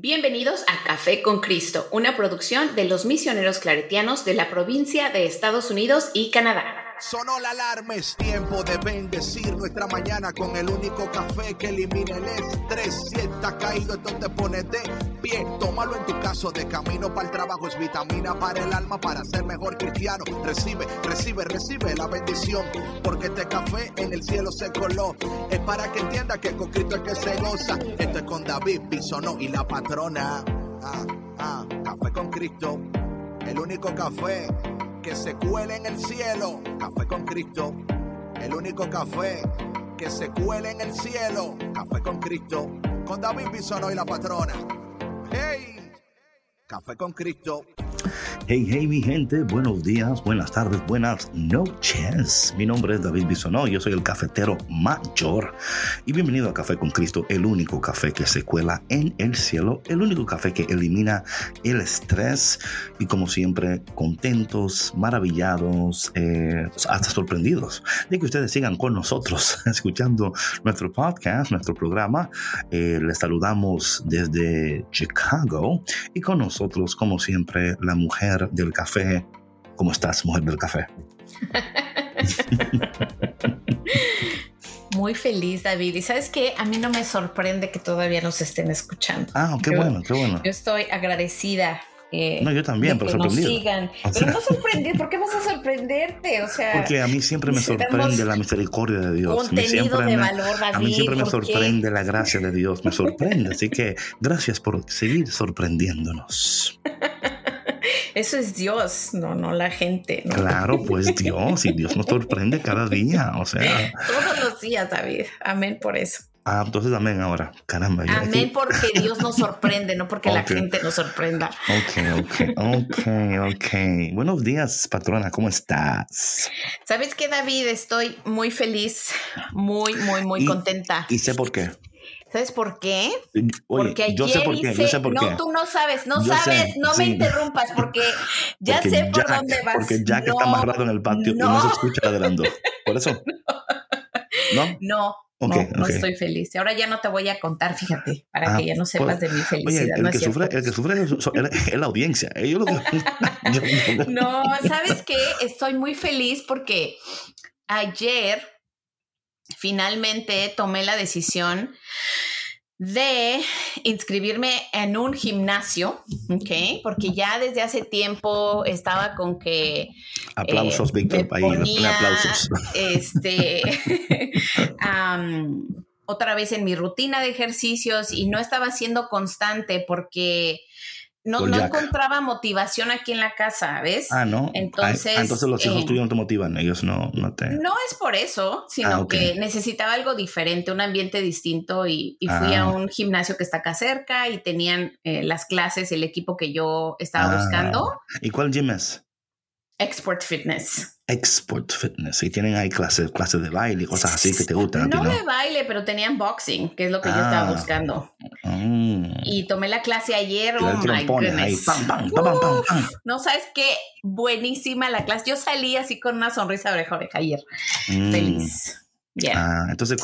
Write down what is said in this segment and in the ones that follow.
Bienvenidos a Café con Cristo, una producción de los misioneros claretianos de la provincia de Estados Unidos y Canadá. Sonó la alarma, es tiempo de bendecir nuestra mañana con el único café que elimina el estrés. Si estás caído, entonces ponete pie. Tómalo en tu caso, de camino para el trabajo. Es vitamina para el alma, para ser mejor cristiano. Recibe la bendición, porque este café en el cielo se coló. Es para que entiendas que con Cristo es que se goza. Esto es con David Bisonó y la patrona. Café con Cristo, el único café que se cuele en el cielo. Café con Cristo, el único café que se cuele en el cielo. Café con Cristo, con David Bisonó y la patrona. ¡Hey! Café con Cristo. Hey, mi gente, buenos días, buenas tardes, buenas noches. Mi nombre es David Bisonó, yo soy el cafetero mayor. Y bienvenido a Café con Cristo, el único café que se cuela en el cielo, el único café que elimina el estrés. Y como siempre, contentos, maravillados, hasta sorprendidos de que ustedes sigan con nosotros, escuchando nuestro podcast, nuestro programa. Les saludamos desde Chicago y con nosotros, como siempre, la mujer del café. ¿Cómo estás, mujer del café? Muy feliz, David. Y ¿sabes qué? A mí no me sorprende que todavía nos estén escuchando. Qué bueno. Yo estoy agradecida. No, yo también, pero sorprendido. Nos sigan. Pero no sorprendido. ¿Por qué vas a sorprenderte? O sea, porque a mí siempre me sorprende la misericordia de Dios. Contenido de valor, David. A mí siempre me sorprende la gracia de Dios. Me sorprende. Así que gracias por seguir sorprendiéndonos. Eso es Dios, no la gente, ¿no? Claro, pues Dios, y Dios nos sorprende cada día, o sea. Todos los días, David. Amén por eso. Entonces amén ahora, caramba. Amén porque Dios nos sorprende, no porque la gente nos sorprenda. Ok. Buenos días, patrona, ¿cómo estás? ¿Sabes qué, David? Estoy muy feliz, muy contenta. ¿Y sé por qué? ¿Sabes por qué? Oye, porque ayer yo sé por qué. No, tú no sabes, no sí. me interrumpas porque ya sé por dónde vas. Porque Jack está amarrado en el patio y no se escucha ladrando. ¿Por eso? No. No estoy feliz. Y ahora ya no te voy a contar, fíjate, para que ya no sepas de mi felicidad. Oye, el que sufre es la audiencia. No, ¿sabes qué? Estoy muy feliz porque ayer finalmente tomé la decisión de inscribirme en un gimnasio, ¿ok? Porque ya desde hace tiempo estaba con que... Aplausos, Víctor, ahí nos pone aplausos. Otra vez en mi rutina de ejercicios y no estaba siendo constante porque... No encontraba motivación aquí en la casa, ¿ves? ¿No? Entonces los hijos tuyos no te motivan, ellos no te... No es por eso, sino que necesitaba algo diferente, un ambiente distinto y fui a un gimnasio que está acá cerca y tenían las clases, el equipo que yo estaba buscando. ¿Y cuál gym es? Export Fitness. Y tienen ahí clases de baile y cosas así que te gustan. No de baile, pero tenían boxing, que es lo que yo estaba buscando. Y tomé la clase ayer. Oh my goodness. Ahí, pam. No sabes qué buenísima la clase. Yo salí así con una sonrisa de oreja a oreja ayer. Feliz. Yeah. Entonces,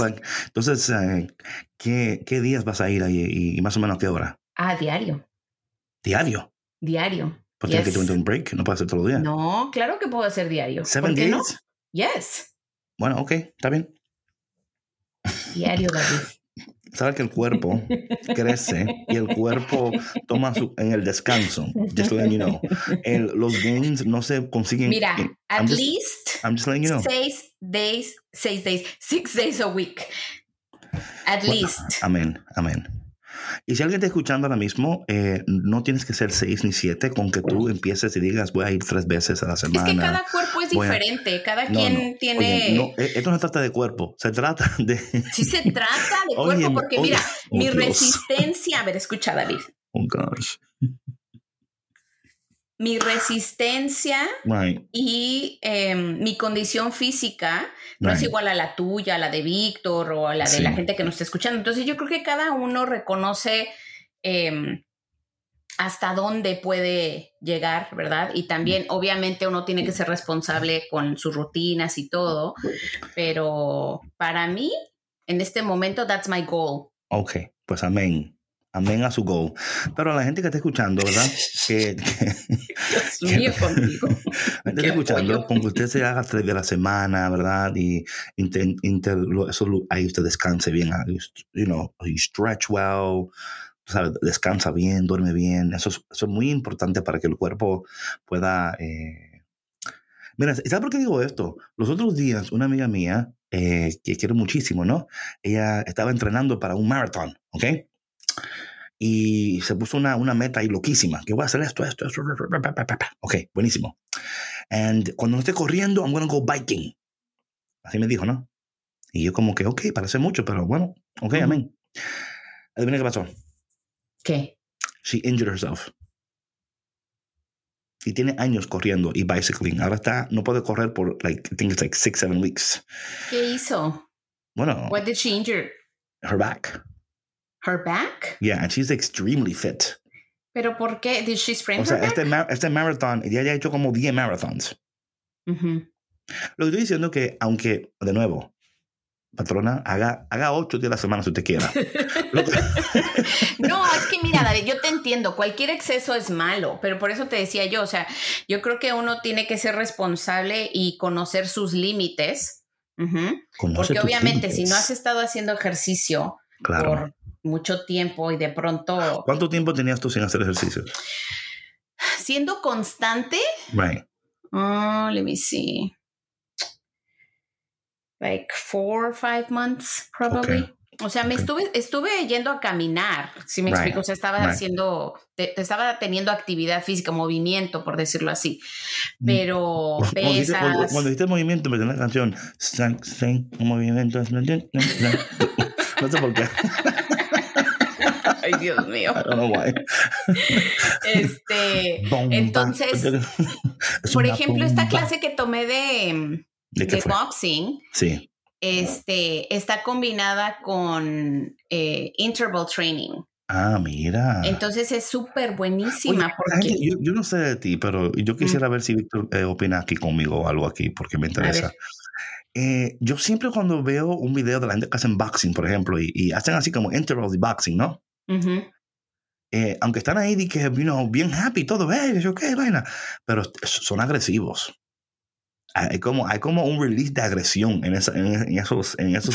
¿qué días vas a ir ahí y más o menos a qué hora? Diario. ¿Diario? ¿Por qué que te un break? ¿No puedes hacer todo el día? No, claro que puedo hacer diario. 7 days? No? Yes. Bueno, ok, está bien. Diario, David. Sabes que el cuerpo crece y el cuerpo toma en el descanso. Just letting you know. Los gains no se consiguen. Mira, I'm just letting you know. 6 days a week. At least. Amén. Y si alguien está escuchando ahora mismo, no tienes que ser 6 ni 7 con que tú empieces y digas voy a ir 3 veces a la semana. Es que cada cuerpo es diferente, cada quien tiene... Oye, esto no se trata de cuerpo, se trata de... Sí se trata de cuerpo, porque mira, mi resistencia... A ver, escucha, David. Oh, gosh. Mi resistencia y mi condición física no es igual a la tuya, a la de Víctor o a la de la gente que nos está escuchando. Entonces yo creo que cada uno reconoce hasta dónde puede llegar, ¿verdad? Y también obviamente uno tiene que ser responsable con sus rutinas y todo, pero para mí en este momento that's my goal. Ok, pues amén. Amén a su go. Pero a la gente que está escuchando, ¿verdad? Dios mío, contigo. La gente está escuchando, con que usted se haga 3 de la semana, ¿verdad? Y eso ahí usted descanse bien. You stretch well, ¿sabes? Descansa bien, duerme bien. Eso es muy importante para que el cuerpo pueda... Mira, ¿sabes por qué digo esto? Los otros días, una amiga mía, que quiero muchísimo, ¿no? Ella estaba entrenando para un maratón, ¿ok? Y se puso una meta ahí loquísima, que voy a hacer esto. Ok, buenísimo. And cuando no esté corriendo, I'm going to go biking. Así me dijo, ¿no? Y yo como que, ok, parece mucho, pero bueno, ok, amén. Adivina qué pasó. ¿Qué? She injured herself. Y tiene años corriendo y bicycling. Ahora no puede correr por, I think it's 6-7 weeks. ¿Qué hizo? Bueno. What did she injure? Her back. Her back? Yeah, and she's extremely fit. ¿Pero por qué? Did she sprain her back? O sea, este marathon, ella ya ha hecho como 10 marathons. Uh-huh. Lo que estoy diciendo es que, aunque, de nuevo, patrona, haga 8 días a la semana si usted quiera. No, es que mira, David, yo te entiendo, cualquier exceso es malo, pero por eso te decía yo, o sea, yo creo que uno tiene que ser responsable y conocer sus límites, porque obviamente límites. Si no has estado haciendo ejercicio por mucho tiempo y de pronto... ¿Cuánto tiempo tenías tú sin hacer ejercicio? Siendo constante. Right. Let me see. Like 4 or 5 months, probably. Okay. O sea, me estuve yendo a caminar, si me explico. O sea, estaba estaba teniendo actividad física, movimiento, por decirlo así. Pero pesas... Cuando dijiste movimiento, me dio una canción. Un movimiento. No sé por qué. Ay, Dios mío. I don't know why. Entonces, por ejemplo, esta clase que tomé de boxing, sí. Está combinada con interval training. Ah, mira. Entonces es súper buenísima. Oye, porque... yo no sé de ti, pero yo quisiera ver si Víctor opina aquí conmigo o algo aquí, porque me interesa. Yo siempre cuando veo un video de la gente que hacen boxing, por ejemplo, y hacen así como interval de boxing, ¿no? Uh-huh. Aunque están ahí de que, bien happy, todo, qué vaina, pero son agresivos. Hay como un release de agresión en esos.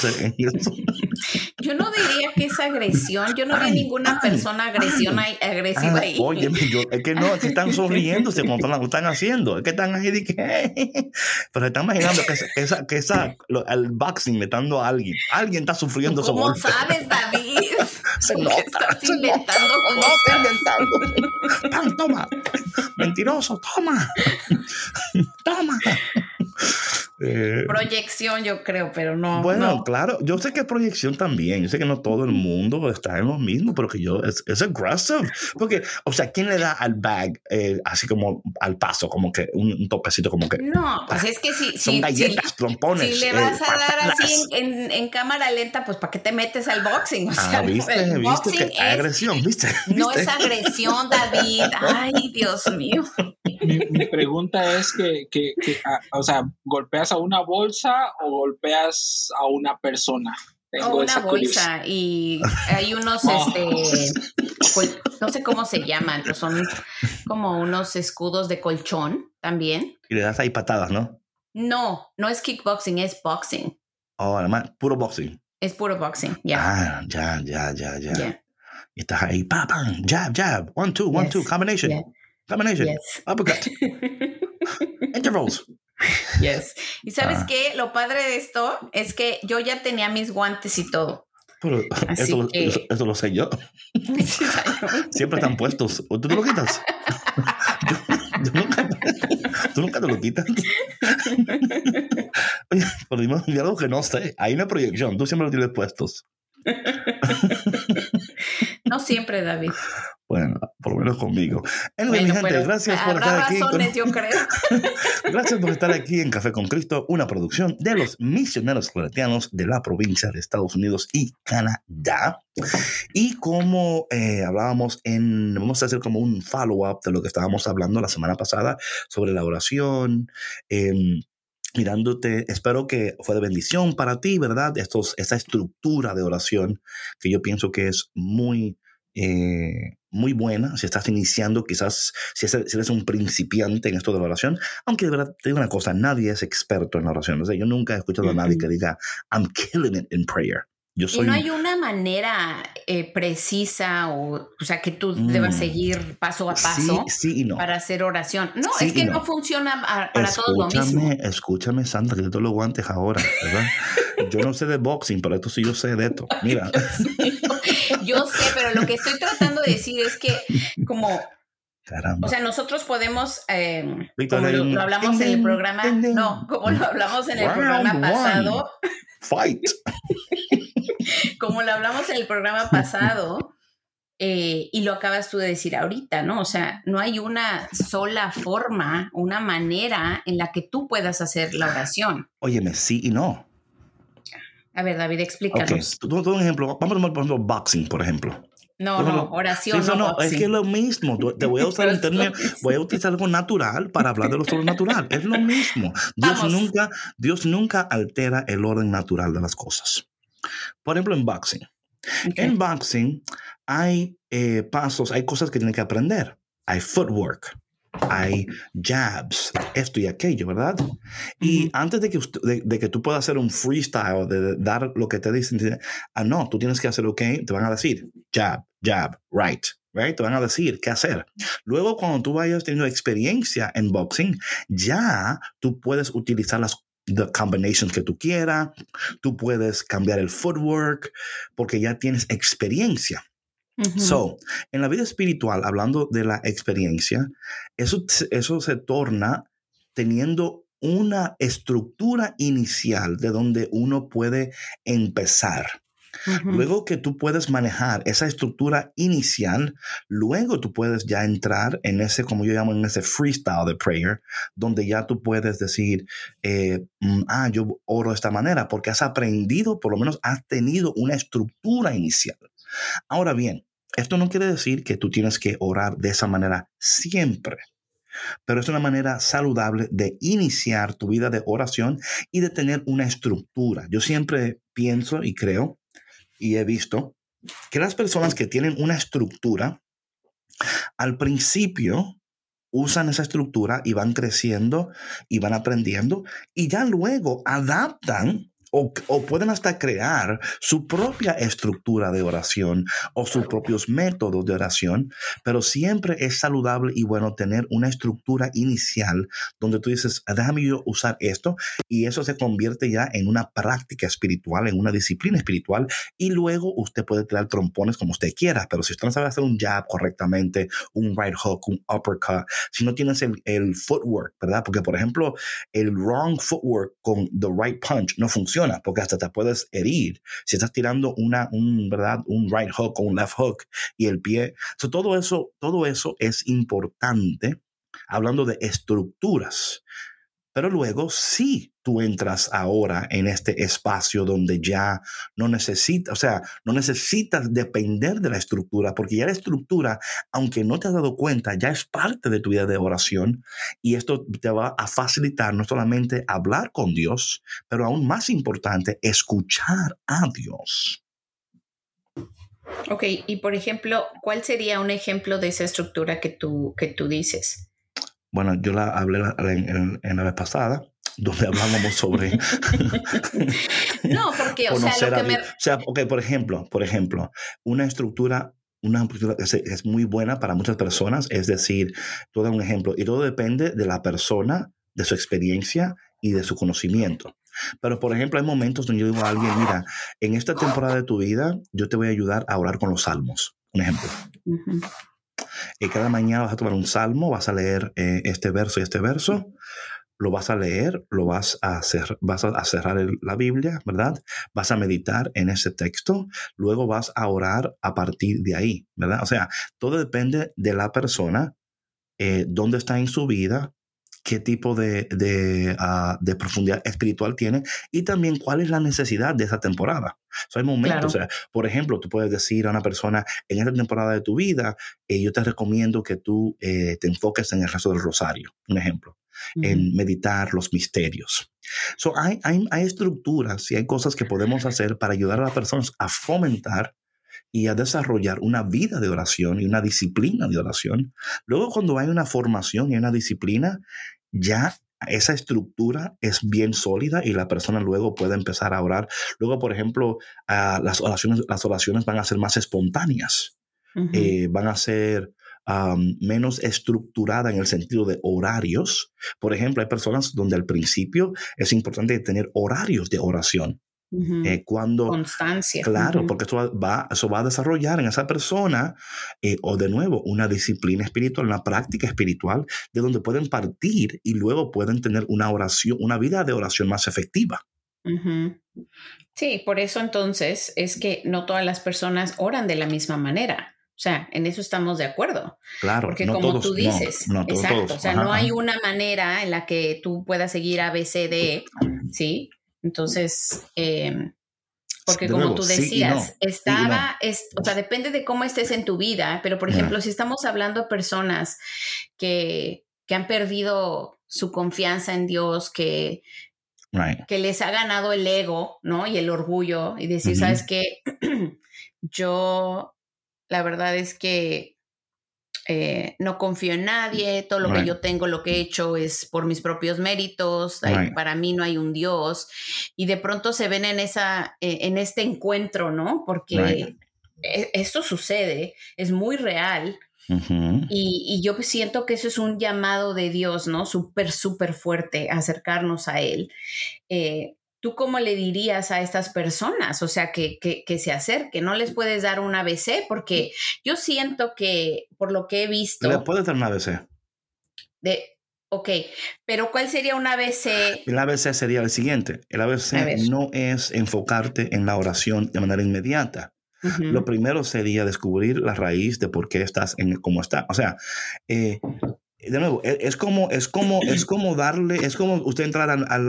Yo no diría que es agresión. Yo no vi ninguna persona agresiva ahí. Oye, es que no, es que están sonriéndose cuando lo están haciendo. Es que están ahí de que... Pero están imaginando que el boxing metando a alguien. Alguien está sufriendo su golpe. ¿Cómo sabes, David? Se nota. Estás inventando. No estoy inventando. ¡Pam, toma! Mentiroso, toma. Toma. Proyección, yo creo, pero no. Bueno, no. Claro, yo sé que es proyección también. Yo sé que no todo el mundo está en lo mismo, pero que es aggressive. Porque, o sea, ¿quién le da al bag así como al paso, como que un topecito, como que? No, pues es que son galletas, trompones. Si le vas a dar así en cámara lenta, pues ¿para qué te metes al boxing? O sea, ¿viste que hay agresión? ¿Viste? No es agresión, David. Ay, Dios mío. Mi pregunta es o sea, ¿golpeas a una bolsa o golpeas a una persona? O una bolsa y hay unos, no sé cómo se llaman, pero son como unos escudos de colchón también. Y le das ahí patadas, ¿no? No es kickboxing, es boxing. Oh, además, puro boxing. Es puro boxing, ya. Ya. Y estás ahí, pam, jab, 1, 2, 1, 2, combination. Yeah. Combination. Yes. Uppercut. Intervals. Yes. ¿Y sabes qué? Lo padre de esto es que yo ya tenía mis guantes y todo. Pero eso lo sé yo. Siempre están puestos. ¿O tú te lo quitas? ¿Tú nunca te lo quitas? Oye, pero dime algo que no sé. Hay una proyección. Tú siempre lo tienes puestos. No siempre, David. Bueno, por lo menos conmigo. Anyway, mi gente, gracias por estar aquí. Yo creo. Gracias por estar aquí en Café con Cristo, una producción de los misioneros claretianos de la provincia de Estados Unidos y Canadá. Y como hablábamos vamos a hacer como un follow-up de lo que estábamos hablando la semana pasada sobre la oración, mirándote, espero que fue de bendición para ti, ¿verdad? Esa estructura de oración que yo pienso que es muy muy buena si estás iniciando, quizás si eres un principiante en esto de la oración, aunque de verdad te digo una cosa, nadie es experto en la oración. O sea, yo nunca he escuchado a nadie que diga I'm killing it in prayer. Y no hay una manera precisa o sea, que tú debas seguir paso a paso sí y no. Para hacer oración. No, sí, es que no funciona para todos lo mismo. Escúchame, Sandra, que te doy los guantes ahora, ¿verdad? Yo no sé de boxing, pero esto sí yo sé de esto. Mira. Yo sé, pero lo que estoy tratando de decir es que como... Caramba. O sea, nosotros podemos, como lo hablamos en el programa, como lo hablamos en el programa pasado. Fight. Como lo hablamos en el programa pasado, y lo acabas tú de decir ahorita, ¿no? O sea, no hay una sola forma, una manera en la que tú puedas hacer la oración. Óyeme, sí y no. A ver, David, explícanos. Okay. Tú un ejemplo. Vamos a tomar, por ejemplo, boxing, por ejemplo. No, oración, sí, no, es que es lo mismo. Te voy a usar un término, voy a utilizar algo natural para hablar de lo sobrenatural. Es lo mismo. Dios nunca altera el orden natural de las cosas. Por ejemplo, en boxing. Okay. En boxing hay pasos, hay cosas que tienes que aprender. Hay footwork, hay jabs, esto y aquello, ¿verdad? Y antes de que tú puedas hacer un freestyle, de dar lo que te dicen, no, tú tienes que hacer te van a decir jab, right? Te van a decir qué hacer. Luego, cuando tú vayas teniendo experiencia en boxing, ya tú puedes utilizar the combinations que tú quieras, tú puedes cambiar el footwork, porque ya tienes experiencia. So, en la vida espiritual, hablando de la experiencia, eso se torna teniendo una estructura inicial de donde uno puede empezar. Luego que tú puedes manejar esa estructura inicial, luego tú puedes ya entrar en ese, como yo llamo, en ese freestyle de prayer, donde ya tú puedes decir, yo oro de esta manera, porque has aprendido, por lo menos has tenido una estructura inicial. Ahora bien, esto no quiere decir que tú tienes que orar de esa manera siempre, pero es una manera saludable de iniciar tu vida de oración y de tener una estructura. Yo siempre pienso y creo y he visto que las personas que tienen una estructura, al principio usan esa estructura y van creciendo y van aprendiendo y ya luego adaptan o pueden hasta crear su propia estructura de oración o sus propios métodos de oración, pero siempre es saludable y bueno tener una estructura inicial donde tú dices, déjame yo usar esto, y eso se convierte ya en una práctica espiritual, en una disciplina espiritual, y luego usted puede tirar trompones como usted quiera, pero si usted no sabe hacer un jab correctamente, un right hook, un uppercut, si no tienes el footwork, ¿verdad? Porque, por ejemplo, el wrong footwork con the right punch no funciona, porque hasta te puedes herir si estás tirando ¿verdad? Un right hook o un left hook y el pie. So, todo eso es importante hablando de estructuras. Pero luego sí tú entras ahora en este espacio donde ya no necesitas depender de la estructura, porque ya la estructura, aunque no te has dado cuenta, ya es parte de tu vida de oración, y esto te va a facilitar no solamente hablar con Dios, pero aún más importante, escuchar a Dios. Ok, y por ejemplo, ¿cuál sería un ejemplo de esa estructura que tú dices? Bueno, yo la hablé en la vez pasada, donde hablábamos sobre... No, porque, por ejemplo, una estructura que es muy buena para muchas personas, es decir, tú das un ejemplo, y todo depende de la persona, de su experiencia y de su conocimiento. Pero, por ejemplo, hay momentos donde yo digo a alguien, mira, en esta temporada de tu vida, yo te voy a ayudar a orar con los salmos. Un ejemplo. Y cada mañana vas a tomar un salmo, vas a leer este verso y este verso, lo vas a leer, lo vas a cerrar la Biblia, ¿verdad? Vas a meditar en ese texto, luego vas a orar a partir de ahí, ¿verdad? O sea, todo depende de la persona, dónde está en su vida, qué tipo de profundidad espiritual tiene y también cuál es la necesidad de esa temporada. Hay momentos, claro. O sea, por ejemplo, tú puedes decir a una persona, en esta temporada de tu vida, yo te recomiendo que tú te enfoques en el rezo del rosario, un ejemplo, en meditar los misterios. Hay estructuras y hay cosas que podemos hacer para ayudar a las personas a fomentar y a desarrollar una vida de oración y una disciplina de oración. Luego, cuando hay una formación y una disciplina, ya esa estructura es bien sólida y la persona luego puede empezar a orar. Luego, por ejemplo, las oraciones van a ser más espontáneas, van a ser menos estructuradas en el sentido de horarios. Por ejemplo, hay personas donde al principio es importante tener horarios de oración. Constancia. Claro, porque eso va a desarrollar en esa persona, o de nuevo, una disciplina espiritual, una práctica espiritual, de donde pueden partir y luego pueden tener una oración, una vida de oración más efectiva. Sí, por eso entonces es que no todas las personas oran de la misma manera. O sea, en eso estamos de acuerdo. Claro, porque no como todos, tú dices, no exacto, todos. O sea, no hay una manera en la que tú puedas seguir ABCD, ¿sí? Entonces, porque como nuevo, tú decías, sí o sea, depende de cómo estés en tu vida, pero por ejemplo, si estamos hablando de personas que han perdido su confianza en Dios, que les ha ganado el ego, ¿no? Y el orgullo, y decir, ¿sabes qué? Yo, la verdad es que no confío en nadie, todo lo que yo tengo, lo que he hecho es por mis propios méritos, para mí no hay un Dios, y de pronto se ven en este encuentro, ¿no? Porque esto sucede, es muy real, y yo siento que eso es un llamado de Dios, ¿no? Súper, súper fuerte, acercarnos a Él. ¿Tú cómo le dirías a estas personas? O sea, que se acerquen. No les puedes dar un ABC, porque yo siento que, por lo que he visto... ¿Le puedes dar un ABC? Ok, pero ¿cuál sería un ABC? El ABC sería el siguiente. El ABC no es enfocarte en la oración de manera inmediata. Lo primero sería descubrir la raíz de por qué estás como estás. O sea, de nuevo, es como darle, es como usted entrar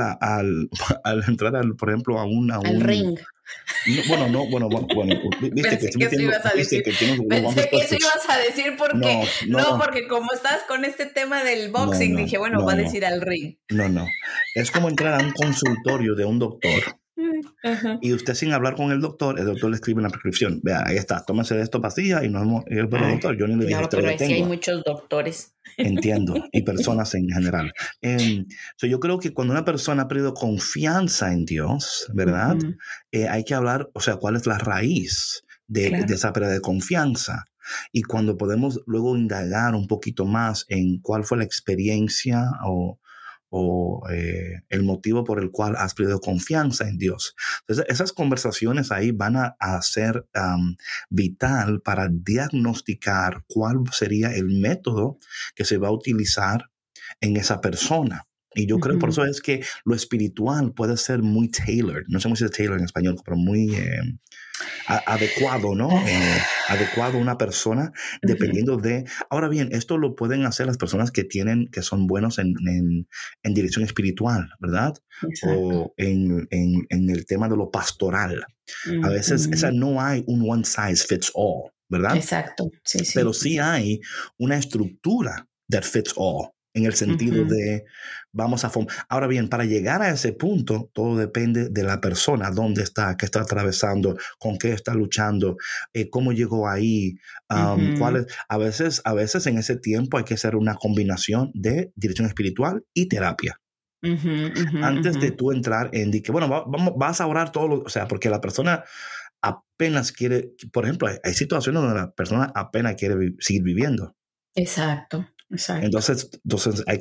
al entrar, por ejemplo, al ring. Bueno, viste Pensé que eso ibas a decir. Pensé que eso ibas a decir porque, no, porque como estás con este tema del boxing, dije, bueno, va a decir al ring. No. Es como entrar a un consultorio de un doctor. Y usted, sin hablar con el doctor le escribe una prescripción. Vea, ahí está, tómese de esto pastillas y el doctor, yo ni le dije esto. Pero sí hay muchos doctores. Entiendo, y personas en general. Yo creo que cuando una persona ha perdido confianza en Dios, ¿verdad? Hay que hablar, o sea, cuál es la raíz de esa pérdida de confianza. Y cuando podemos luego indagar un poquito más en cuál fue la experiencia o el motivo por el cual has perdido confianza en Dios. Entonces, esas conversaciones ahí van a ser vital para diagnosticar cuál sería el método que se va a utilizar en esa persona. Y yo creo por eso es que lo espiritual puede ser muy tailored. No sé cómo se dice tailor en español, pero muy adecuado, ¿no? Adecuado a una persona, dependiendo de... Ahora bien, esto lo pueden hacer las personas que son buenos en dirección espiritual, ¿verdad? Exacto. O en el tema de lo pastoral. A veces no hay un one size fits all, ¿verdad? Exacto, sí. Pero sí hay una estructura that fits all. En el sentido de Ahora bien, para llegar a ese punto, todo depende de la persona, dónde está, qué está atravesando, con qué está luchando, cómo llegó ahí, a veces en ese tiempo hay que hacer una combinación de dirección espiritual y terapia. Antes de tú entrar en que, bueno, vas a orar o sea, porque la persona apenas quiere, por ejemplo, hay situaciones donde la persona apenas quiere seguir viviendo. Exacto. Entonces hay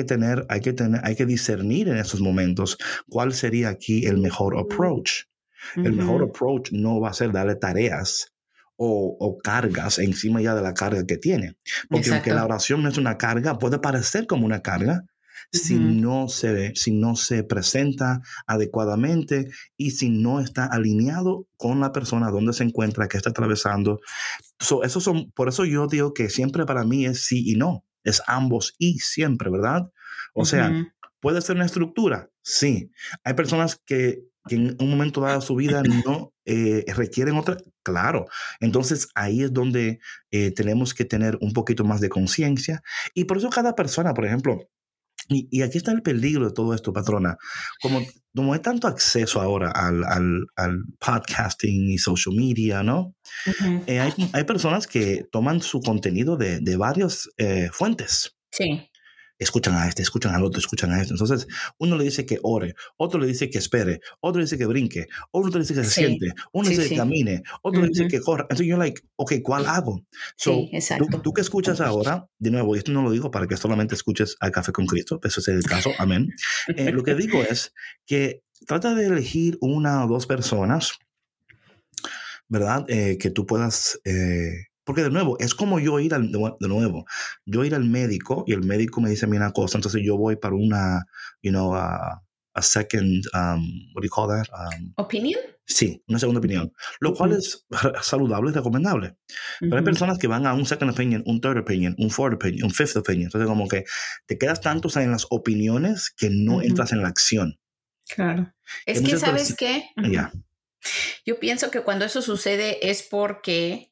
que discernir en esos momentos cuál sería aquí el mejor approach. El mejor approach no va a ser darle tareas o cargas encima ya de la carga que tiene. Porque aunque la oración no es una carga, puede parecer como una carga si no se presenta adecuadamente y si no está alineado con la persona donde se encuentra, que está atravesando. Por eso yo digo que siempre para mí es sí y no. Es ambos y siempre, ¿verdad? O sea, ¿puede ser una estructura? Sí. Hay personas que en un momento dado de su vida no requieren otra. Claro. Entonces, ahí es donde tenemos que tener un poquito más de conciencia. Y por eso cada persona, por ejemplo, Y aquí está el peligro de todo esto, patrona. Como hay tanto acceso ahora al podcasting y social media, ¿no? Uh-huh. Hay personas que toman su contenido de varias fuentes. Sí. Escuchan a este, escuchan al otro, escuchan a este. Entonces, uno le dice que ore, otro le dice que espere, otro le dice que brinque, otro le dice que se siente, uno le dice que camine, otro le dice que corra. Entonces yo ¿cuál hago? Sí, exacto. Tú que escuchas ahora, de nuevo, y esto no lo digo para que solamente escuches al Café con Cristo, eso es el caso, amén. Lo que digo es que trata de elegir una o dos personas, ¿verdad? Que tú puedas... porque de nuevo, es como yo ir al médico y el médico me dice a mí una cosa, entonces yo voy para una, a second, what do you call that? ¿Opinion? Sí, una segunda opinión, lo cual es saludable y recomendable. Pero hay personas que van a un second opinion, un third opinion, un fourth opinion, un fifth opinion. Entonces como que te quedas tanto en las opiniones que no entras en la acción. Claro. Es que, ¿sabes qué? Yeah. Yo pienso que cuando eso sucede es porque...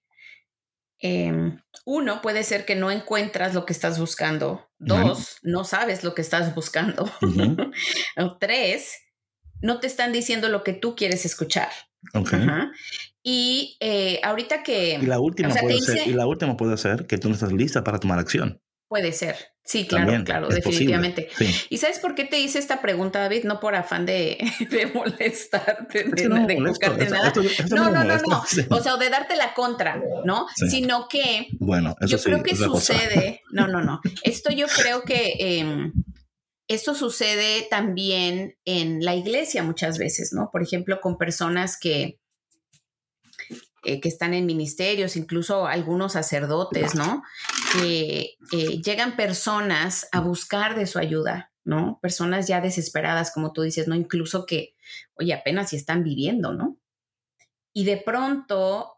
uno, puede ser que no encuentras lo que estás buscando. Dos, no sabes lo que estás buscando. Tres, no te están diciendo lo que tú quieres escuchar. Okay. Y ahorita que... Y la última puede ser que tú no estás lista para tomar acción. Puede ser. Sí, claro, también, claro, definitivamente. Sí. ¿Y sabes por qué te hice esta pregunta, David? No por afán de molestarte, de buscarte nada. No. O sea, o de darte la contra, ¿no? Sí. Sino que eso yo creo que sucede. No. Esto yo creo que esto sucede también en la iglesia muchas veces, ¿no? Por ejemplo, con personas que están en ministerios, incluso algunos sacerdotes, ¿no? Que llegan personas a buscar de su ayuda, ¿no? Personas ya desesperadas, como tú dices, ¿no? Incluso que, oye, apenas si están viviendo, ¿no? Y de pronto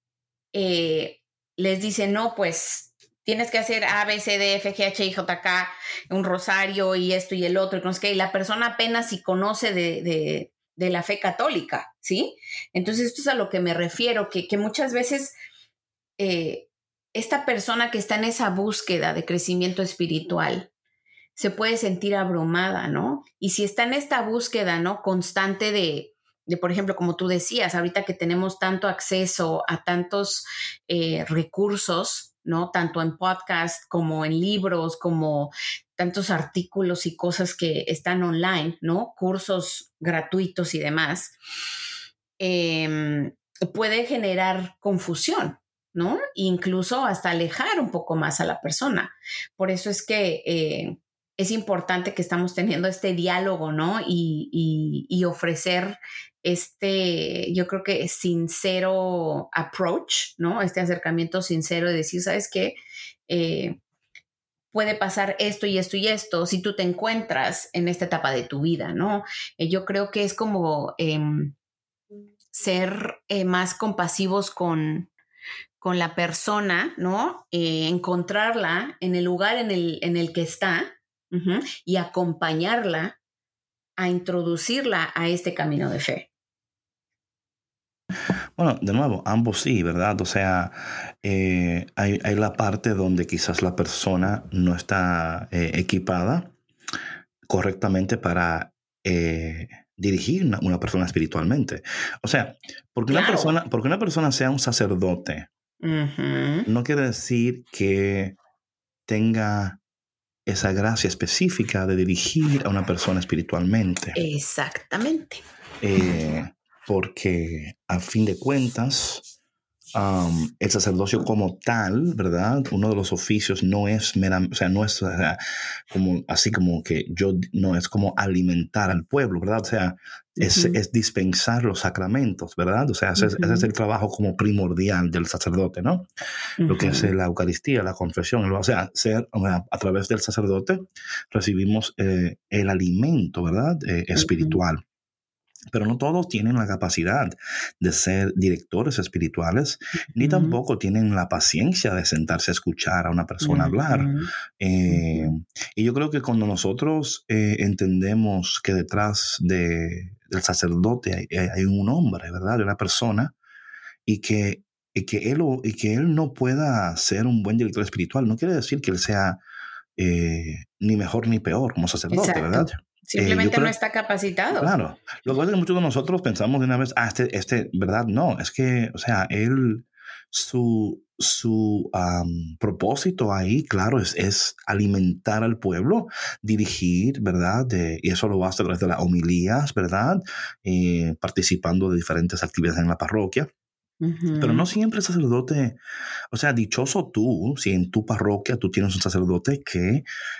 les dicen, no, pues tienes que hacer A, B, C, D, F, G, H, I, J, K, un rosario y esto y el otro, y la persona apenas si conoce de la fe católica, ¿sí? Entonces esto es a lo que me refiero, que muchas veces esta persona que está en esa búsqueda de crecimiento espiritual se puede sentir abrumada, ¿no? Y si está en esta búsqueda, ¿no? Constante de, por ejemplo, como tú decías, ahorita que tenemos tanto acceso a tantos recursos, ¿no? Tanto en podcast como en libros, como tantos artículos y cosas que están online, ¿no? Cursos gratuitos y demás, puede generar confusión, ¿no? Incluso hasta alejar un poco más a la persona. Por eso es que es importante que estamos teniendo este diálogo, ¿no? Y ofrecer yo creo que sincero approach, ¿no? Este acercamiento sincero de decir, ¿sabes qué? Puede pasar esto y esto y esto si tú te encuentras en esta etapa de tu vida, ¿no? Yo creo que es como ser más compasivos con la persona, ¿no? Encontrarla en el lugar en el que está y acompañarla a introducirla a este camino de fe. Bueno, de nuevo, ambos sí, ¿verdad? O sea, hay la parte donde quizás la persona no está equipada correctamente para dirigir una persona espiritualmente. O sea, porque una persona sea un sacerdote, no quiere decir que tenga esa gracia específica de dirigir a una persona espiritualmente. Exactamente. Porque a fin de cuentas, el sacerdocio como tal, ¿verdad? Uno de los oficios no es como así como que no es como alimentar al pueblo, ¿verdad? O sea, es dispensar los sacramentos, ¿verdad? O sea, ese es el trabajo como primordial del sacerdote, ¿no? Lo que es la Eucaristía, la confesión, o sea, a través del sacerdote recibimos el alimento, ¿verdad? Espiritual. Pero no todos tienen la capacidad de ser directores espirituales, ni tampoco tienen la paciencia de sentarse a escuchar a una persona hablar. Y yo creo que cuando nosotros entendemos que detrás del sacerdote hay un hombre, ¿verdad? De una persona, y que él no pueda ser un buen director espiritual, no quiere decir que él sea ni mejor ni peor como sacerdote, exacto, ¿verdad? Simplemente no está capacitado. Claro. Lo que pasa es que muchos de nosotros pensamos de una vez, ¿verdad? No, es que, o sea, su propósito ahí, claro, es alimentar al pueblo, dirigir, ¿verdad? Y eso lo hace a través de las homilías, ¿verdad? Participando de diferentes actividades en la parroquia. Uh-huh. Pero no siempre el sacerdote, o sea, dichoso tú, si en tu parroquia tú tienes un sacerdote que,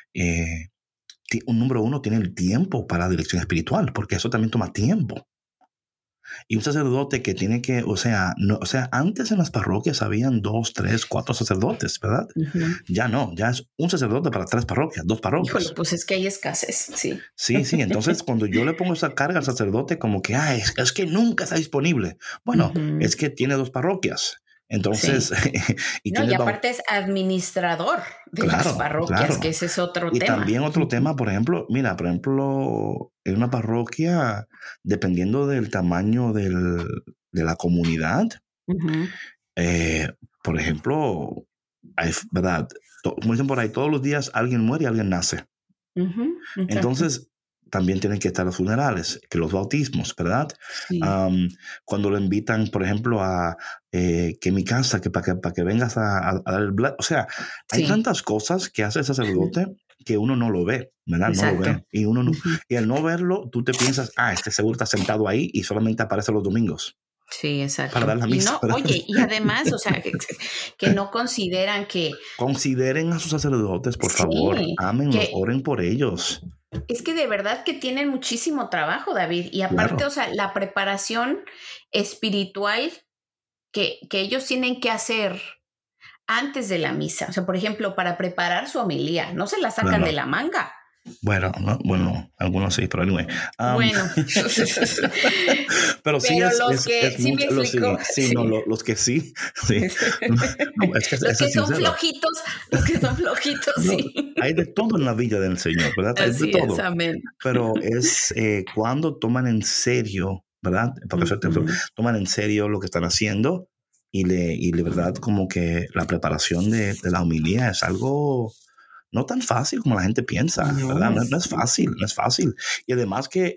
número uno, tiene el tiempo para la dirección espiritual, porque eso también toma tiempo. Y un sacerdote que tiene que, antes en las parroquias habían 2, 3, 4 sacerdotes, ¿verdad? Uh-huh. Ya no, ya es un sacerdote para 3 parroquias, 2 parroquias. Híjole, pues es que hay escasez, sí. Sí, entonces cuando yo le pongo esa carga al sacerdote como que, es que nunca está disponible. Bueno, uh-huh. Es que tiene 2 parroquias. Entonces, sí. y aparte es administrador de las parroquias, que ese es otro tema. Y también otro tema, por ejemplo, en una parroquia, dependiendo del tamaño de la comunidad, uh-huh. Por ejemplo, ¿verdad? Como dicen por ahí, todos los días alguien muere y alguien nace. Uh-huh. Entonces, también tienen que estar los funerales, que los bautismos, ¿verdad? Sí. Cuando lo invitan, por ejemplo, a que mi casa, que para que vengas a dar el blood. O sea, hay tantas cosas que hace el sacerdote que uno no lo ve, ¿verdad? Exacto. No lo ve. Y uno no, uh-huh. Y al no verlo, tú te piensas, este seguro está sentado ahí y solamente aparece los domingos. Sí, exacto. Para dar la misa. Y oye, y además, o sea, que no consideran que... Consideren a sus sacerdotes, por favor. Ámenlos, oren por ellos. Es que de verdad que tienen muchísimo trabajo, David. Y aparte, claro. O sea, la preparación espiritual que ellos tienen que hacer antes de la misa. O sea, por ejemplo, para preparar su homilía, no se la sacan de la manga. Bueno, algunos sí, pero anyway. Bueno. pero sí los que sí me explico. Sí, no, los que sí. No, es que los que son flojitos, sí. Hay de todo en la vida del Señor, ¿verdad? Hay Así de todo. Es, amén. Pero es cuando toman en serio, ¿verdad? Porque uh-huh. Toman en serio lo que están haciendo y de verdad como que la preparación de la homilía es algo... No tan fácil como la gente piensa, ¿verdad? No es fácil. Y además que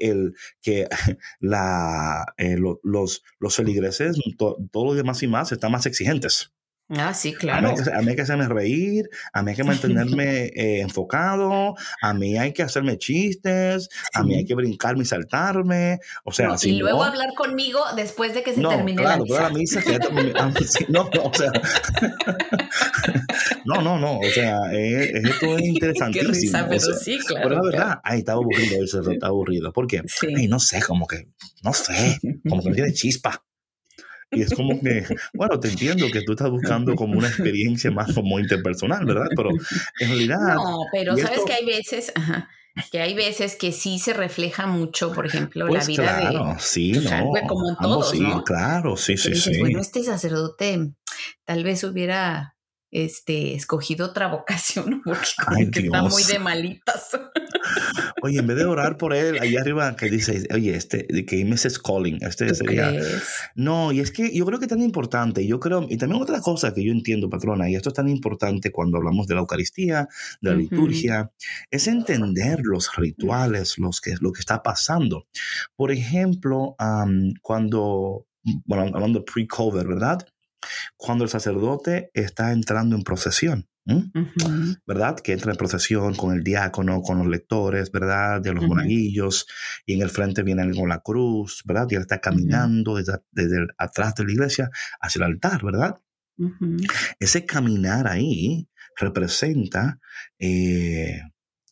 los feligreses, todos los demás y más, están más exigentes. Ah, sí, claro. A mí hay que hacerme reír, a mí hay que mantenerme enfocado, a mí hay que hacerme chistes, a mí hay que brincarme y saltarme. O sea, y luego hablar conmigo después de que se termine la misa. La misa que o sea... No, o sea, esto es interesantísimo. Qué risa, pero sí, claro. Pero la verdad, estaba aburrido. ¿Por qué? Sí. No sé, como que no tiene chispa. Y es como que, bueno, te entiendo que tú estás buscando como una experiencia más como interpersonal, ¿verdad? Pero en realidad... No, pero sabes que hay veces que sí se refleja mucho, por ejemplo, pues la vida claro, de... sí, ¿no? Como en todos, sí, ¿no? Claro, sí. Bueno, este sacerdote tal vez hubiera... escogido otra vocación porque como que está muy de malitas. Oye, en vez de orar por él, ahí arriba que dice, oye, que Mrs. Calling, sería... ¿Crees? No, y es que yo creo que es tan importante, y también otra cosa que yo entiendo, patrona, y esto es tan importante cuando hablamos de la Eucaristía, de la uh-huh. liturgia, es entender los rituales, lo que está pasando. Por ejemplo, hablando de pre-COVID, ¿verdad? Cuando el sacerdote está entrando en procesión, uh-huh. ¿verdad? Que entra en procesión con el diácono, con los lectores, ¿verdad? De los uh-huh. monaguillos, y en el frente viene con la cruz, ¿verdad? Y él está caminando uh-huh. desde atrás de la iglesia hacia el altar, ¿verdad? Uh-huh. Ese caminar ahí representa el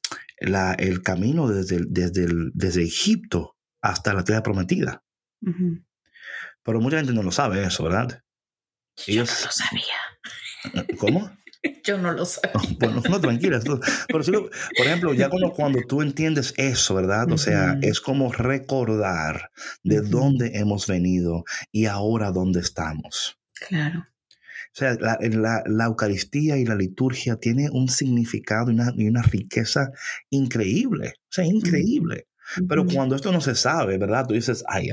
camino desde Egipto hasta la tierra prometida. Uh-huh. Pero mucha gente no lo sabe eso, ¿verdad? Yo no lo sabía. ¿Cómo? Yo no lo sabía. Bueno, no, tranquila. Pero sí, por ejemplo, ya cuando tú entiendes eso, ¿verdad? O sea, es como recordar de dónde hemos venido y ahora dónde estamos. Claro. O sea, la Eucaristía y la liturgia tiene un significado y una riqueza increíble. O sea, increíble. Pero cuando esto no se sabe, ¿verdad? Tú dices, ay.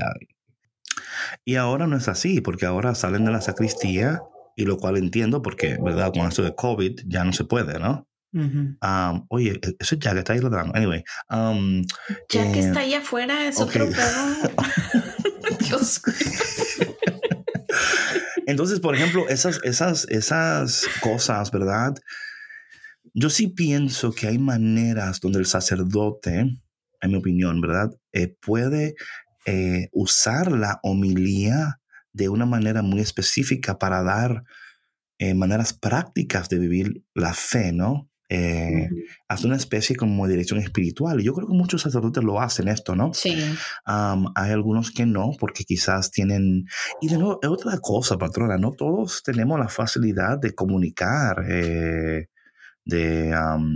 Y ahora no es así, porque ahora salen de la sacristía, y lo cual entiendo porque, ¿verdad? Con esto de COVID ya no se puede, ¿no? Oye, eso es Jack, está ahí ladrando. Anyway. Jack está allá afuera, es otro perro. Dios. Entonces, por ejemplo, esas cosas, ¿verdad? Yo sí pienso que hay maneras donde el sacerdote, en mi opinión, ¿verdad? Puede usar la homilía de una manera muy específica para dar maneras prácticas de vivir la fe, ¿no? Hace una especie como de dirección espiritual. Y yo creo que muchos sacerdotes lo hacen esto, ¿no? Sí. Hay algunos que no, porque quizás tienen... Y de nuevo, es otra cosa, patrona, no todos tenemos la facilidad de comunicar de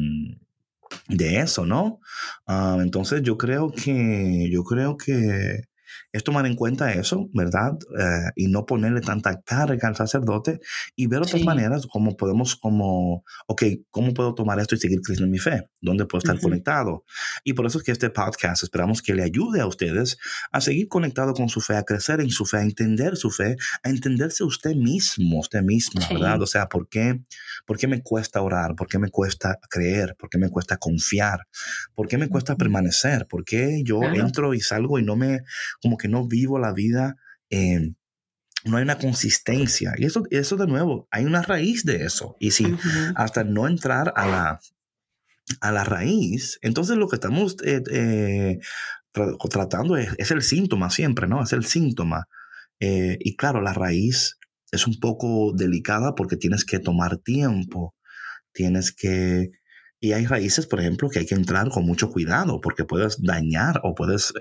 eso, ¿no? Entonces yo creo que es tomar en cuenta eso, ¿verdad? Y no ponerle tanta carga al sacerdote y ver otras maneras como podemos, ¿cómo puedo tomar esto y seguir creciendo en mi fe? ¿Dónde puedo estar conectado? Y por eso es que este podcast esperamos que le ayude a ustedes a seguir conectado con su fe, a crecer en su fe, a entender su fe, a entenderse usted misma, ¿verdad? O sea, ¿por qué me cuesta orar? ¿Por qué me cuesta creer? ¿Por qué me cuesta confiar? ¿Por qué me cuesta permanecer? ¿Por qué yo entro y salgo y como que no vivo la vida? No hay una consistencia. Y eso de nuevo, hay una raíz de eso. Y si hasta no entrar a la raíz, entonces lo que estamos tratando es el síntoma siempre, ¿no? Es el síntoma. Y claro, la raíz es un poco delicada porque tienes que tomar tiempo. Y hay raíces, por ejemplo, que hay que entrar con mucho cuidado porque puedes dañar o puedes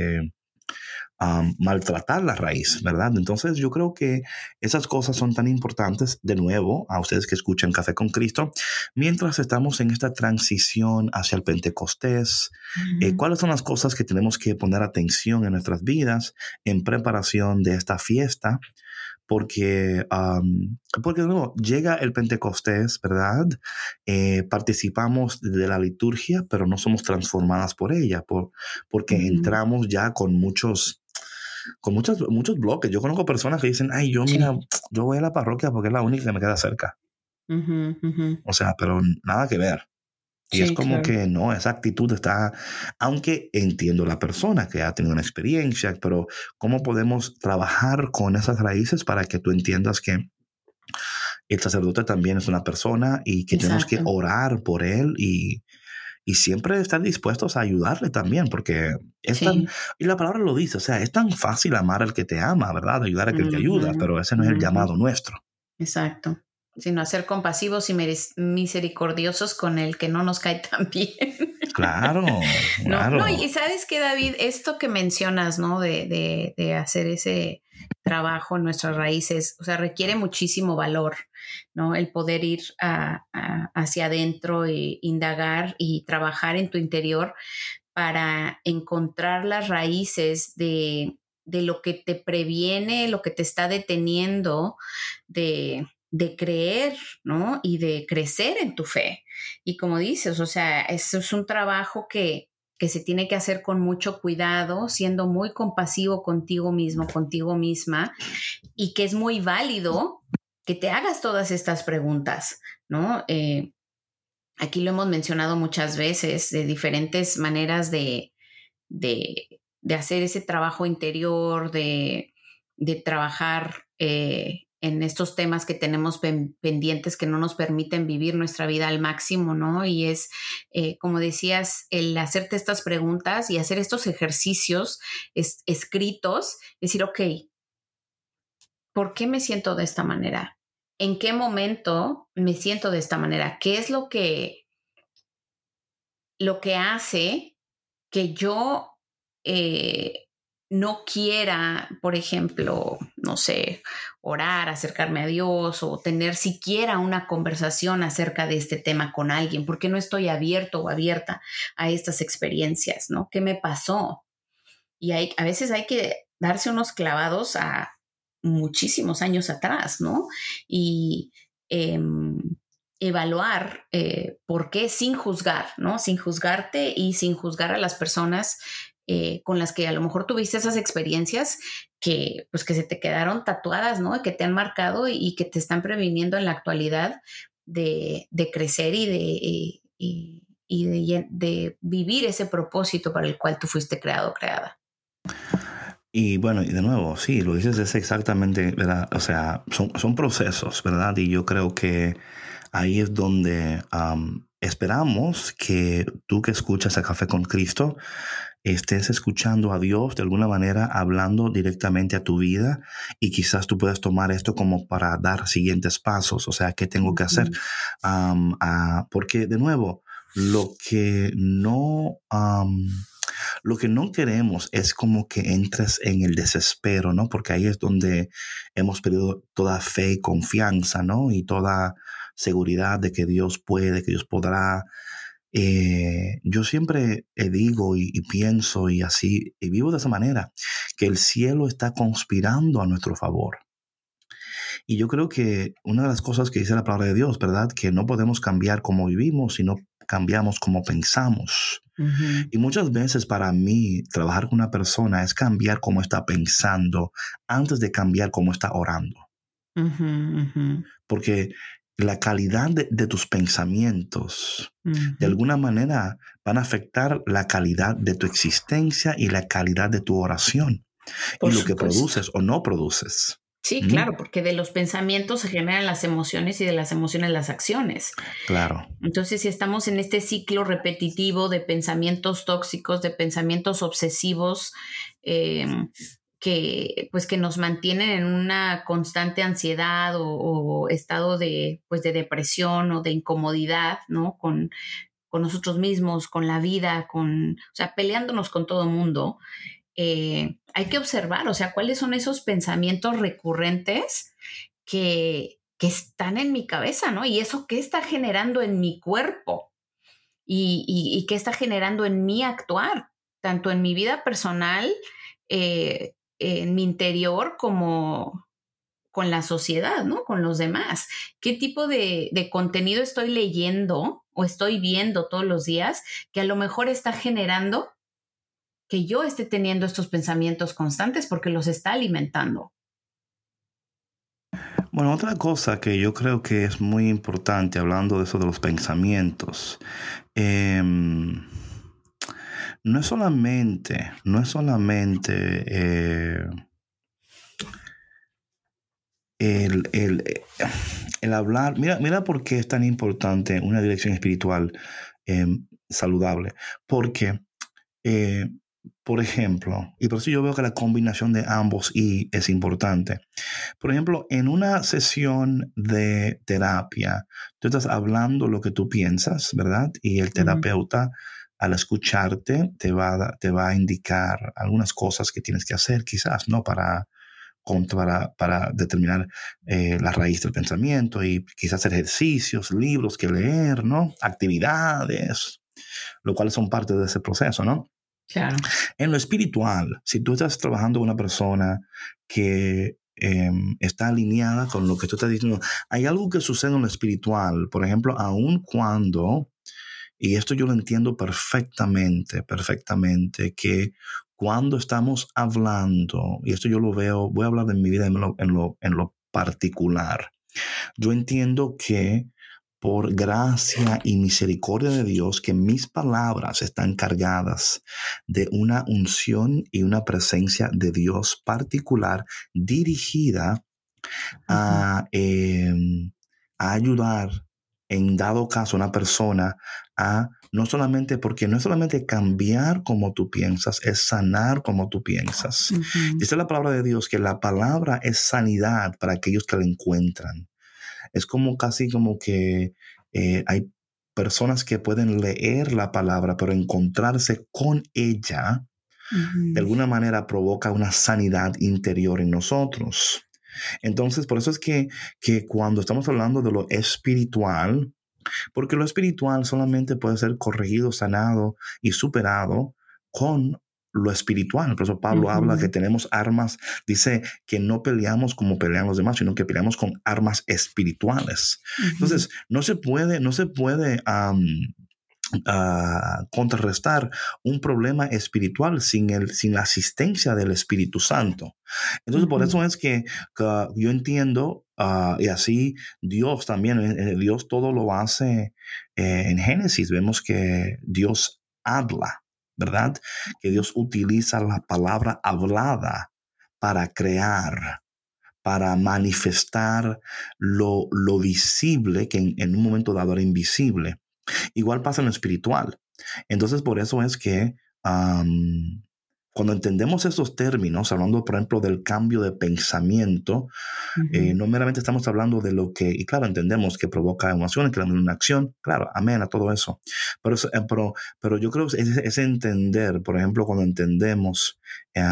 maltratar la raíz, ¿verdad? Entonces yo creo que esas cosas son tan importantes, de nuevo, a ustedes que escuchan Café con Cristo, mientras estamos en esta transición hacia el Pentecostés. ¿Cuáles son las cosas que tenemos que poner atención en nuestras vidas en preparación de esta fiesta? Porque no, llega el Pentecostés, ¿verdad? Participamos de la liturgia, pero no somos transformadas por ella, porque entramos ya con muchos bloques. Yo conozco personas que dicen, ay, yo voy a la parroquia porque es la única que me queda cerca. O sea, pero nada que ver. Y es como que no, esa actitud está, aunque entiendo la persona que ha tenido una experiencia, pero ¿cómo podemos trabajar con esas raíces para que tú entiendas que el sacerdote también es una persona y que tenemos que orar por él y siempre estar dispuestos a ayudarle también, porque y la palabra lo dice, o sea, es tan fácil amar al que te ama, ¿verdad? Ayudar a quien te ayuda, pero ese no es el llamado nuestro. Exacto. Sino a ser compasivos y misericordiosos con el que no nos cae tan bien. Claro. No, y sabes que, David, esto que mencionas, ¿no? De hacer ese trabajo en nuestras raíces, o sea, requiere muchísimo valor, ¿no? El poder ir hacia adentro e indagar y trabajar en tu interior para encontrar las raíces de lo que te previene, lo que te está deteniendo de creer, ¿no? Y de crecer en tu fe. Y como dices, o sea, eso es un trabajo que se tiene que hacer con mucho cuidado, siendo muy compasivo contigo mismo, contigo misma, y que es muy válido que te hagas todas estas preguntas, ¿no? Aquí lo hemos mencionado muchas veces, de diferentes maneras de hacer ese trabajo interior, de trabajar en estos temas que tenemos pendientes que no nos permiten vivir nuestra vida al máximo, ¿no? Y es, como decías, el hacerte estas preguntas y hacer estos ejercicios escritos, decir, ok, ¿por qué me siento de esta manera? ¿En qué momento me siento de esta manera? ¿Qué es lo que hace que yo no quiera, por ejemplo, no sé, orar, acercarme a Dios o tener siquiera una conversación acerca de este tema con alguien? ¿Por qué no estoy abierto o abierta a estas experiencias, ¿no? ¿Qué me pasó? Y a veces hay que darse unos clavados a muchísimos años atrás, ¿no? Y evaluar por qué, sin juzgar, ¿no? Sin juzgarte y sin juzgar a las personas con las que a lo mejor tuviste esas experiencias que se te quedaron tatuadas, ¿no? Que te han marcado y que te están previniendo en la actualidad crecer y de vivir ese propósito para el cual tú fuiste creado o creada. Y bueno, y de nuevo, sí, lo dices, es exactamente, ¿verdad? O sea, son procesos, ¿verdad? Y yo creo que ahí es donde esperamos que tú que escuchas a Café con Cristo estés escuchando a Dios de alguna manera, hablando directamente a tu vida, y quizás tú puedas tomar esto como para dar siguientes pasos. O sea, ¿qué tengo que hacer? Porque de nuevo, lo que no queremos es como que entres en el desespero, ¿no? Porque ahí es donde hemos perdido toda fe y confianza, ¿no? Y toda seguridad de que Dios puede, que Dios podrá. Yo siempre digo y pienso y así, y vivo de esa manera, que el cielo está conspirando a nuestro favor. Y yo creo que una de las cosas que dice la palabra de Dios, ¿verdad? Que no podemos cambiar cómo vivimos, sino cambiamos cómo pensamos. Uh-huh. Y muchas veces para mí trabajar con una persona es cambiar cómo está pensando antes de cambiar cómo está orando. Uh-huh, uh-huh. Porque la calidad de tus pensamientos uh-huh. de alguna manera van a afectar la calidad de tu existencia y la calidad de tu oración. Por y lo supuesto. Que produces o no produces. Sí, claro, porque de los pensamientos se generan las emociones y de las emociones las acciones. Claro. Entonces, si estamos en este ciclo repetitivo de pensamientos tóxicos, de pensamientos obsesivos, que nos mantienen en una constante ansiedad o estado de depresión o de incomodidad, ¿no? Con nosotros mismos, con la vida, peleándonos con todo mundo. Hay que observar, cuáles son esos pensamientos recurrentes que están en mi cabeza, ¿no? Y eso qué está generando en mi cuerpo y qué está generando en mi actuar, tanto en mi vida personal, en mi interior, como con la sociedad, ¿no? Con los demás. ¿Qué tipo de contenido estoy leyendo o estoy viendo todos los días que a lo mejor está generando que yo esté teniendo estos pensamientos constantes porque los está alimentando? Bueno, otra cosa que yo creo que es muy importante, hablando de eso de los pensamientos, no es solamente el hablar. Mira por qué es tan importante una dirección espiritual saludable. Porque por ejemplo, y por eso yo veo que la combinación de ambos es importante. Por ejemplo, en una sesión de terapia, tú estás hablando lo que tú piensas, ¿verdad? Y el terapeuta, al escucharte, te va a indicar algunas cosas que tienes que hacer, quizás, ¿no? Para determinar la raíz del pensamiento, y quizás ejercicios, libros que leer, ¿no? Actividades, lo cual son parte de ese proceso, ¿no? Claro. En lo espiritual, si tú estás trabajando con una persona que está alineada con lo que tú estás diciendo, hay algo que sucede en lo espiritual. Por ejemplo, aun cuando, y esto yo lo entiendo perfectamente, que cuando estamos hablando, y esto yo lo veo, voy a hablar de mi vida en lo particular, yo entiendo que por gracia y misericordia de Dios, que mis palabras están cargadas de una unción y una presencia de Dios particular, dirigida a ayudar, en dado caso, a una persona no solamente cambiar como tú piensas, es sanar como tú piensas. Uh-huh. Dice la palabra de Dios que la palabra es sanidad para aquellos que la encuentran. Es como casi como que hay personas que pueden leer la palabra, pero encontrarse con ella, uh-huh, de alguna manera provoca una sanidad interior en nosotros. Entonces, por eso es que cuando estamos hablando de lo espiritual, porque lo espiritual solamente puede ser corregido, sanado y superado con lo espiritual. Por eso Pablo, uh-huh, habla que tenemos armas, dice que no peleamos como pelean los demás, sino que peleamos con armas espirituales. Uh-huh. Entonces, no se puede contrarrestar un problema espiritual sin la asistencia del Espíritu Santo. Entonces, por eso es que yo entiendo, y así Dios también, Dios todo lo hace en Génesis. Vemos que Dios habla, ¿verdad? Que Dios utiliza la palabra hablada para crear, para manifestar lo visible que en un momento dado era invisible. Igual pasa en lo espiritual. Entonces, por eso es que cuando entendemos esos términos, hablando, por ejemplo, del cambio de pensamiento, no meramente estamos hablando de lo que, y claro, entendemos que provoca emociones, que una acción, claro, amén a todo eso. Pero yo creo que es entender, por ejemplo, cuando entendemos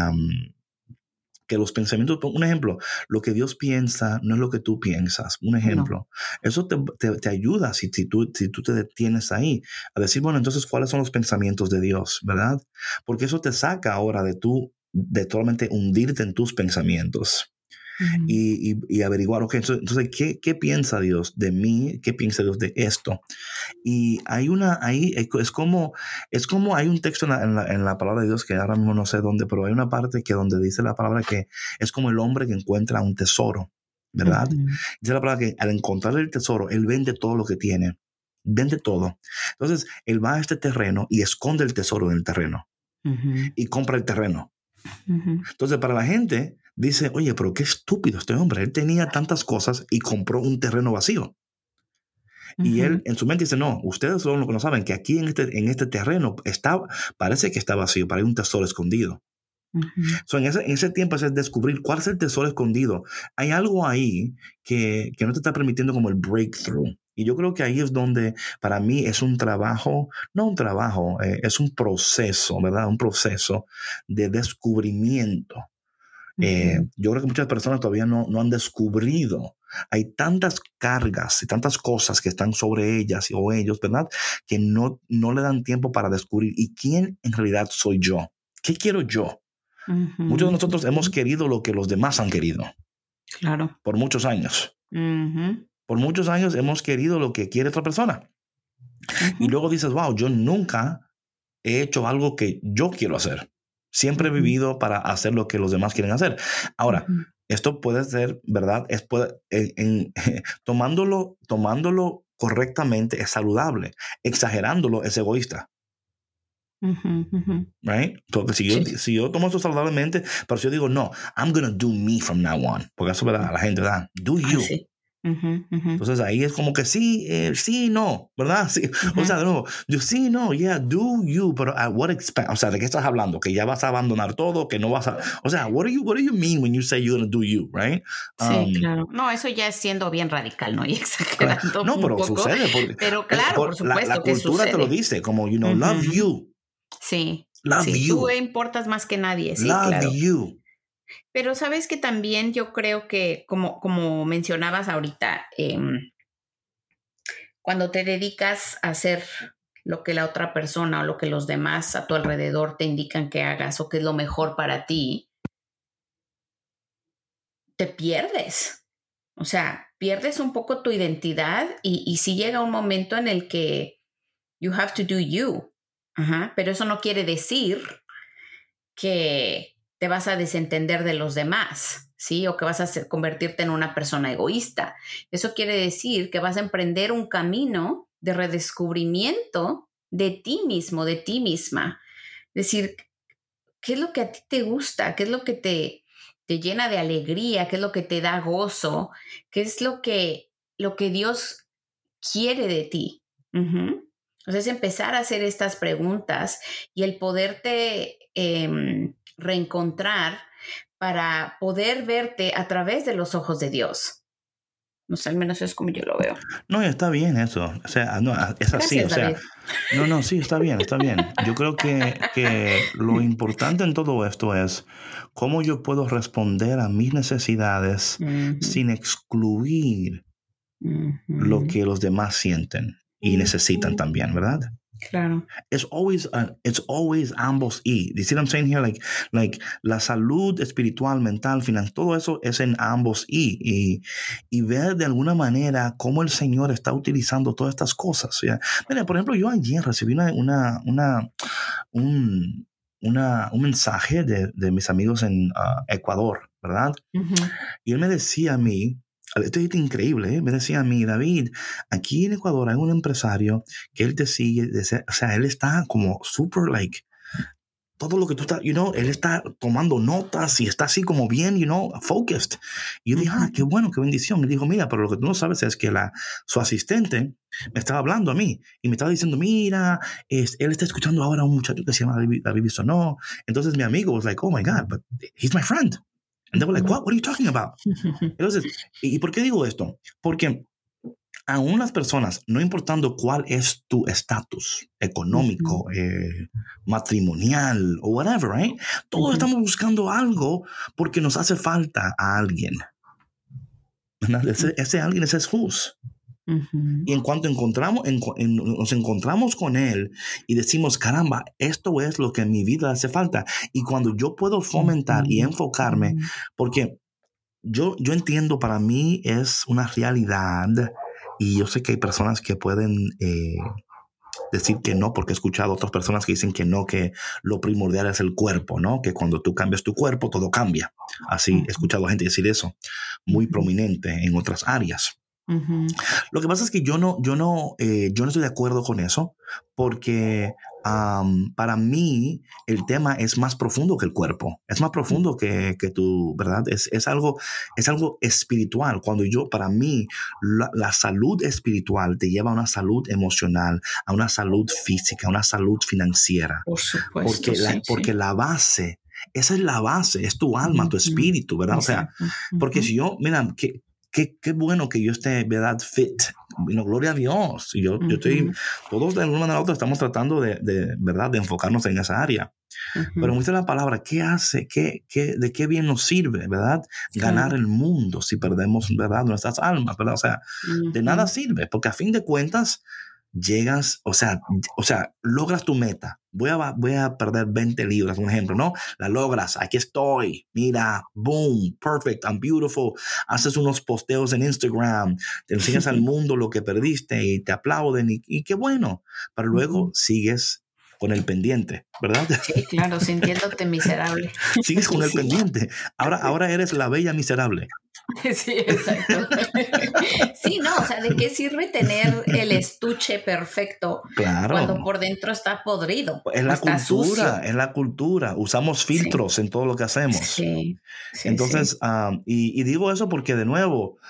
que los pensamientos, un ejemplo, lo que Dios piensa no es lo que tú piensas. Un ejemplo, eso te ayuda si tú te detienes ahí a decir, bueno, entonces, ¿cuáles son los pensamientos de Dios? ¿Verdad? Porque eso te saca ahora de totalmente hundirte en tus pensamientos. Y averiguar, ok, entonces, ¿qué piensa Dios de mí? ¿Qué piensa Dios de esto? Y es como hay un texto en la palabra de Dios que ahora mismo no sé dónde, pero hay una parte que donde dice la palabra que es como el hombre que encuentra un tesoro, ¿verdad? Dice la palabra que al encontrar el tesoro, él vende todo lo que tiene, vende todo. Entonces, él va a este terreno y esconde el tesoro en el terreno y compra el terreno. Entonces, para la gente, dice, oye, pero qué estúpido este hombre. Él tenía tantas cosas y compró un terreno vacío. Y él en su mente dice, no, ustedes son los que no saben que aquí en este terreno parece que está vacío, pero hay un tesoro escondido. So, en ese tiempo es descubrir cuál es el tesoro escondido. Hay algo ahí que no te está permitiendo como el breakthrough. Y yo creo que ahí es donde para mí es un trabajo, no un trabajo, es un proceso, ¿verdad? Un proceso de descubrimiento. Yo creo que muchas personas todavía no han descubrido. Hay tantas cargas y tantas cosas que están sobre ellas o ellos, ¿verdad? Que no le dan tiempo para descubrir. ¿Y quién en realidad soy yo? ¿Qué quiero yo? Muchos de nosotros hemos querido lo que los demás han querido. Claro. Por muchos años. Por muchos años hemos querido lo que quiere otra persona. Y luego dices, wow, yo nunca he hecho algo que yo quiero hacer. Siempre he vivido para hacer lo que los demás quieren hacer. Ahora, esto puede ser, ¿verdad? Tomándolo correctamente es saludable. Exagerándolo es egoísta. Right? Porque si yo tomo esto saludablemente, pero si yo digo, no, I'm going to do me from now on. Porque eso, ¿verdad? La gente, ¿verdad? Do you. Sí. Entonces ahí es como que sí, no, ¿verdad? Sí. O sea, de nuevo, sí, no, yeah, do you, pero at what expense? O sea, ¿de qué estás hablando? Que ya vas a abandonar todo, que no vas a, o sea, what do you mean when you say you're going to do you, right? Sí, claro. No, eso ya es siendo bien radical, ¿no? Y exagerando no, pero un poco, sucede. Pero claro, por supuesto la cultura te lo dice, como, love you. Sí. Love you. Tú importas más que nadie, sí, love claro. You. Pero sabes que también yo creo que, como mencionabas ahorita, cuando te dedicas a hacer lo que la otra persona o lo que los demás a tu alrededor te indican que hagas o que es lo mejor para ti, te pierdes. O sea, pierdes un poco tu identidad y sí llega un momento en el que you have to do you. Pero eso no quiere decir que te vas a desentender de los demás, ¿sí? O que vas a convertirte en una persona egoísta. Eso quiere decir que vas a emprender un camino de redescubrimiento de ti mismo, de ti misma. Es decir, ¿qué es lo que a ti te gusta? ¿Qué es lo que te llena de alegría? ¿Qué es lo que te da gozo? ¿Qué es lo que Dios quiere de ti? Entonces, empezar a hacer estas preguntas y el poderte reencontrar para poder verte a través de los ojos de Dios. No sé, al menos es como yo lo veo. No, está bien eso. O sea, no, es así. Gracias, o sea, David. No, sí, está bien. Yo creo que lo importante en todo esto es cómo yo puedo responder a mis necesidades sin excluir lo que los demás sienten y necesitan también, ¿verdad? Claro. It's always ambos y. You see what I'm saying here? Like la salud espiritual, mental, financiera, todo eso es en ambos y ver de alguna manera cómo el Señor está utilizando todas estas cosas. ¿Ya? Mira, por ejemplo, yo ayer recibí un mensaje de mis amigos en Ecuador, ¿verdad? Uh-huh. Y él me decía a mí, esto es increíble, ¿eh? Me decía a mí, David, aquí en Ecuador hay un empresario que él te sigue, o sea, él está como super like, todo lo que tú estás, él está tomando notas y está así como bien, focused. Y yo dije, qué bueno, qué bendición. Y dijo, mira, pero lo que tú no sabes es que su asistente me estaba hablando a mí y me estaba diciendo, mira, él está escuchando ahora a un muchacho que se llama David Bisonó. Entonces mi amigo was like, oh my God, but he's my friend. And they were like, what are you talking about? Entonces, ¿y por qué digo esto? Porque aún las personas, no importando cuál es tu estatus económico, matrimonial o whatever, right? Todos estamos buscando algo porque nos hace falta a alguien. Ese alguien es Jesús. Y en cuanto nos encontramos con él y decimos, caramba, esto es lo que en mi vida hace falta. Y cuando yo puedo fomentar y enfocarme, porque yo entiendo, para mí es una realidad, y yo sé que hay personas que pueden decir que no, porque he escuchado a otras personas que dicen que no, que lo primordial es el cuerpo, ¿no? Que cuando tú cambias tu cuerpo, todo cambia. Así he escuchado a gente decir eso, muy prominente en otras áreas. Uh-huh. Lo que pasa es que yo no estoy de acuerdo con eso, porque para mí el tema es más profundo que el cuerpo, es más profundo que tu, ¿verdad? Es algo espiritual. Para mí, la salud espiritual te lleva a una salud emocional, a una salud física, a una salud financiera. Por supuesto. Porque la base, esa es la base, es tu alma, tu espíritu, ¿verdad? O sea, porque si yo, mira, Qué bueno que yo esté, ¿verdad? Fit. Gloria a Dios. Y yo estoy, todos de alguna manera u otra estamos tratando de ¿verdad? De enfocarnos en esa área. Pero mucha la palabra, ¿qué hace? ¿De qué bien nos sirve, ¿verdad? Ganar el mundo si perdemos, ¿verdad? Nuestras almas, ¿verdad? O sea, de nada sirve, porque a fin de cuentas llegas, o sea, logras tu meta. Voy a perder 20 libras, un ejemplo, ¿no? La logras, aquí estoy, mira, boom, perfect, I'm beautiful. Haces unos posteos en Instagram, te enseñas al mundo lo que perdiste y te aplauden y qué bueno. Pero luego sigues con el pendiente, ¿verdad? Sí, claro, sintiéndote miserable. Sigues con el pendiente. Ahora eres la bella miserable. Sí, exacto. Sí, no, o sea, ¿de qué sirve tener el estuche perfecto cuando por dentro está podrido? Es la cultura. Usamos filtros en todo lo que hacemos. Sí. Entonces, y digo eso porque, de nuevo,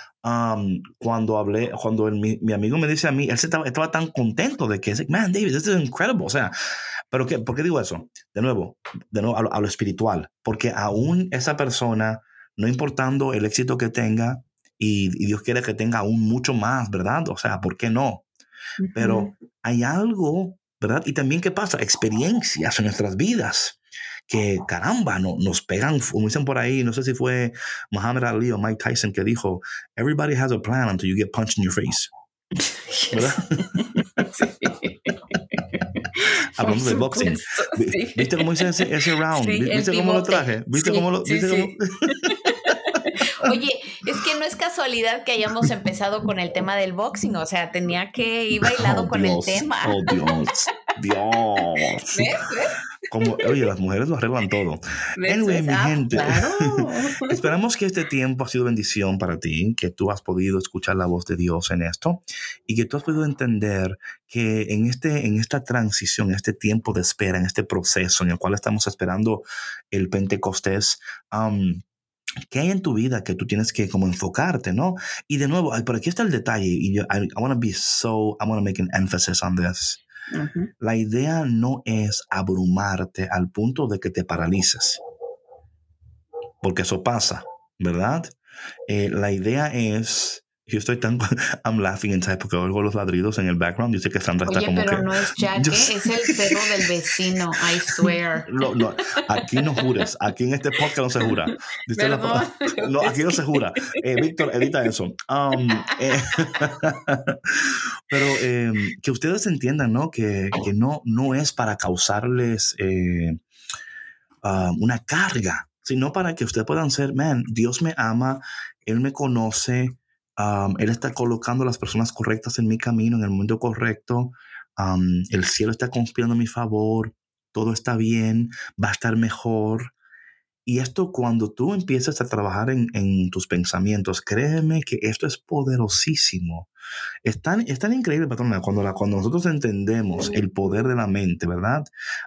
cuando mi amigo me dice a mí, él estaba tan contento de que, man, David, this is incredible. O sea, ¿por qué digo eso? De nuevo a lo espiritual. Porque aún esa persona, no importando el éxito que tenga, y Dios quiere que tenga aún mucho más, ¿verdad? O sea, ¿por qué no? Uh-huh. Pero hay algo, ¿verdad? Y también, ¿qué pasa? Experiencias en nuestras vidas que, caramba, nos pegan, como dicen por ahí, no sé si fue Muhammad Ali o Mike Tyson que dijo, everybody has a plan until you get punched in your face. ¿Verdad? Sí. Hablando de boxing. Sí. ¿Viste cómo hice ese round? Sí, ¿Viste cómo lo traje? ¿Viste cómo lo...? Oye, es que no es casualidad que hayamos empezado con el tema del boxing, o sea, ir bailado con el tema. Oh, Dios. ¿Ves? Oye, las mujeres lo arreglan todo. Anyway, mi gente, claro. Esperamos que este tiempo ha sido bendición para ti, que tú has podido escuchar la voz de Dios en esto y que tú has podido entender que en esta transición, en este tiempo de espera, en este proceso en el cual estamos esperando el Pentecostés, ¿qué hay en tu vida que tú tienes que como enfocarte, no? Y de nuevo, pero aquí está el detalle, y I want to make an emphasis on this. Uh-huh. La idea no es abrumarte al punto de que te paralices, porque eso pasa, ¿verdad? La idea es Yo estoy tan... I'm laughing inside porque oigo los ladridos en el background. Yo sé que Sandra está como que... Oye, pero no es Jack, es el perro del vecino, I swear. No, aquí no jures. Aquí en este podcast no se jura. No, aquí no se jura. Víctor, edita eso. Pero que ustedes entiendan, ¿no? Que no es para causarles una carga, sino para que ustedes puedan ser, Dios me ama, Él me conoce, Él está colocando a las personas correctas en mi camino, en el momento correcto, el cielo está conspirando a mi favor, todo está bien, va a estar mejor. Y esto, cuando tú empiezas a trabajar en tus pensamientos, créeme que esto es poderosísimo. Es tan increíble, patrona, cuando nosotros entendemos el poder de la mente, ¿verdad?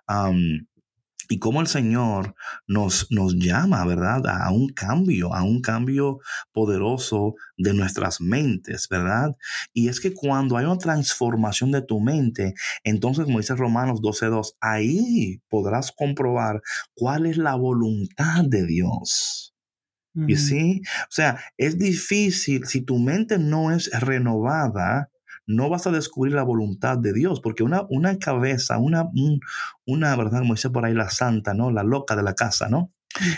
Y cómo el Señor nos llama, ¿verdad? A un cambio poderoso de nuestras mentes, ¿verdad? Y es que cuando hay una transformación de tu mente, entonces, como dice Romanos 12:2, ahí podrás comprobar cuál es la voluntad de Dios. ¿Y sí? O sea, es difícil, si tu mente no es renovada, no vas a descubrir la voluntad de Dios, porque una cabeza, una verdad, como dice por ahí la santa, ¿no? La loca de la casa, ¿no?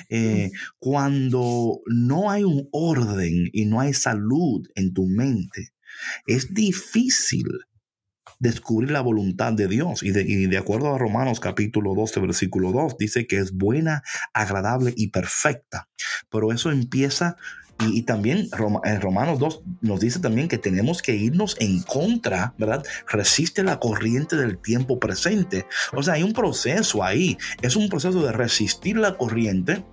Cuando no hay un orden y no hay salud en tu mente, es difícil descubrir la voluntad de Dios. Y de acuerdo a Romanos capítulo 12, versículo 2, dice que es buena, agradable y perfecta. Pero eso empieza... Y también en Romanos 2 nos dice también que tenemos que irnos en contra, ¿verdad? Resiste la corriente del tiempo presente. O sea, hay un proceso ahí. Es un proceso de resistir la corriente,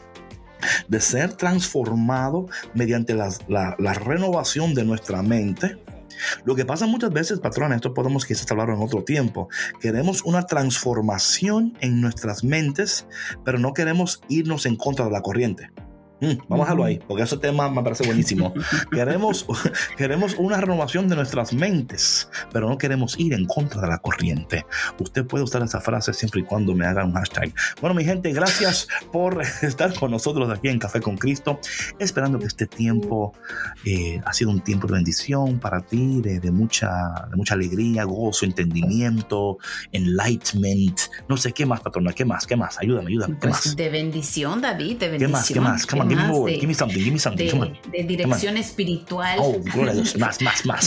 de ser transformado mediante la renovación de nuestra mente. Lo que pasa muchas veces, patrón, esto podemos quizás hablar en otro tiempo. Queremos una transformación en nuestras mentes, pero no queremos irnos en contra de la corriente. Vamos a dejarlo ahí, porque ese tema me parece buenísimo. Queremos una renovación de nuestras mentes, pero no queremos ir en contra de la corriente. Usted puede usar esa frase siempre y cuando me haga un hashtag. Bueno, mi gente, gracias por estar con nosotros aquí en Café con Cristo. Esperando que este tiempo ha sido un tiempo de bendición para ti, de mucha alegría, gozo, entendimiento, enlightenment. No sé, ¿qué más, patrona? ¿Qué más? Ayúdame. ¿Qué pues más? De bendición, David, de bendición. ¿Qué más? Come on, give me something. Come on. De dirección espiritual. Oh, gloria a Dios. Más.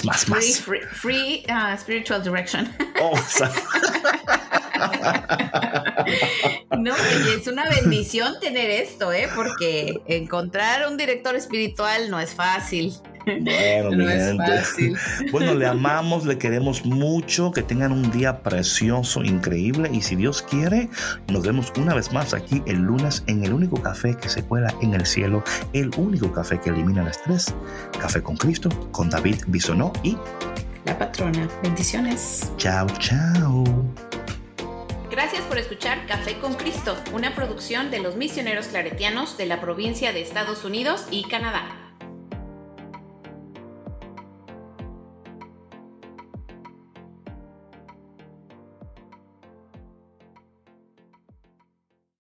Free spiritual direction. Oh, no, es una bendición tener esto, porque encontrar un director espiritual no es fácil. Bueno, no es fácil. Bueno, le amamos, le queremos mucho, que tengan un día precioso, increíble, y si Dios quiere, nos vemos una vez más aquí el lunes en el único café que se cuela en el cielo, el único café que elimina el estrés, Café con Cristo, con David Bisonó y la patrona. Bendiciones. Chao. Gracias por escuchar Café con Cristo, una producción de los misioneros claretianos de la provincia de Estados Unidos y Canadá.